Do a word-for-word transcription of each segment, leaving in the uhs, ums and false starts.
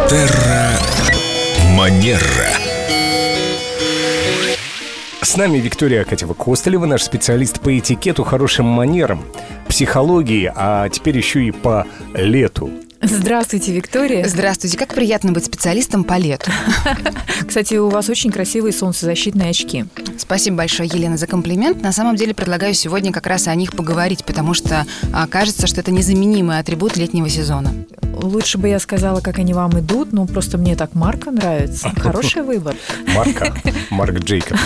Терра Манера. С нами Виктория Акатьева-Костылева, наш специалист по этикету, хорошим манерам, психологии, а теперь еще и по лету. Здравствуйте, Виктория. Здравствуйте. Как приятно быть специалистом по лету. Кстати, у вас очень красивые солнцезащитные очки. Спасибо большое, Елена, за комплимент. На самом деле предлагаю сегодня как раз о них поговорить, потому что а, кажется, что это незаменимый атрибут летнего сезона. Лучше бы я сказала, как они вам идут, но просто мне так марка нравится. Хороший выбор. Марка. Марк Джейкоб.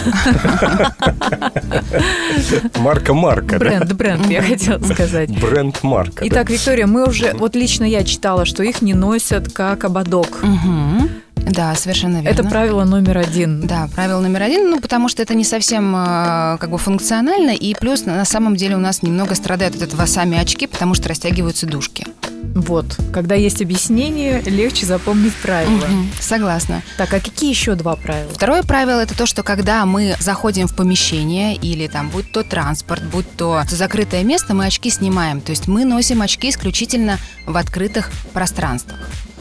Марка Марка. Бренд, бренд, я хотела сказать. Бренд Марка. Итак, Виктория, мы уже, вот лично я читала, что их не носят как ободок. Угу. Да, совершенно верно. Это правило номер один. Да, правило номер один, ну, потому что это не совсем э, как бы функционально, и плюс на самом деле у нас немного страдают от этого сами очки, потому что растягиваются дужки. Вот, когда есть объяснение, легче запомнить правила. Угу, согласна. Так, а какие еще два правила? Второе правило – это то, что когда мы заходим в помещение, или там будь то транспорт, будь то закрытое место, мы очки снимаем. То есть мы носим очки исключительно в открытых пространствах.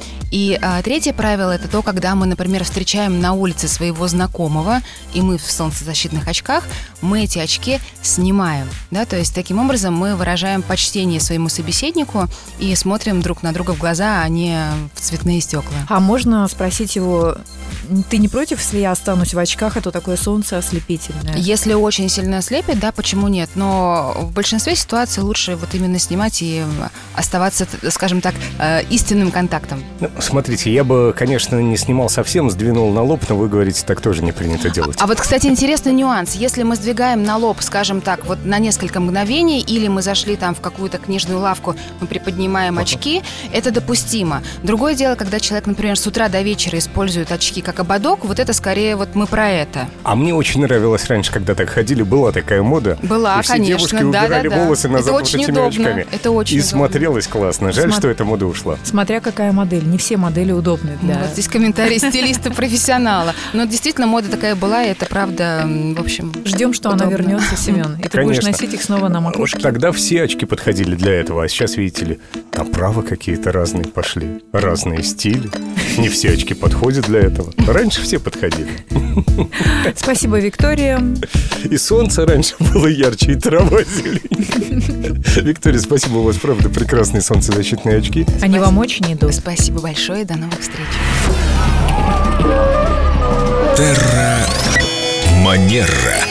И а, третье правило – это то, когда мы, например, встречаем на улице своего знакомого, и мы в солнцезащитных очках, мы эти очки снимаем. Да? То есть таким образом мы выражаем почтение своему собеседнику и смотрим друг на друга в глаза, а не в цветные стекла. А можно спросить его, ты не против, если я останусь в очках, а то такое солнце ослепительное? Если очень сильно ослепит, да, почему нет? Но в большинстве ситуаций лучше вот именно снимать и оставаться, скажем так, истинным контактом. Ну, смотрите, я бы, конечно, не снимал совсем, сдвинул на лоб, но вы говорите, так тоже не принято делать. А, а вот, кстати, интересный нюанс. Если мы сдвигаем на лоб, скажем так, вот на несколько мгновений, или мы зашли там в какую-то книжную лавку, мы приподнимаем очки, это допустимо. Другое дело, когда человек, например, с утра до вечера использует очки как ободок, вот это скорее вот мы про это. А мне очень нравилось раньше, когда так ходили, была такая мода. Была, и все конечно, девушки да, убирали да, да. волосы назад это вот очень этими удобно. очками. Это очень и удобно. смотрелось классно. Жаль, Смо... что эта мода ушла. Смотря какая модель. Не все модели удобны для... Вот здесь комментарий стилиста-профессионала. Но действительно мода такая была, и это правда, в общем, ждем, что удобно. она вернется, Семен. И ты Конечно. будешь носить их снова на макушке. Вот тогда все очки подходили для этого, а сейчас, видите ли, направо какие-то разные пошли. Разные стили. Не все очки подходят для этого. Раньше все подходили. Спасибо, Виктория. И солнце раньше было ярче, и трава зеленее. Виктория, спасибо, у вас, правда, прекрасные солнцезащитные очки. Они вам очень идут. Спасибо большое, до новых встреч. Терра Манера.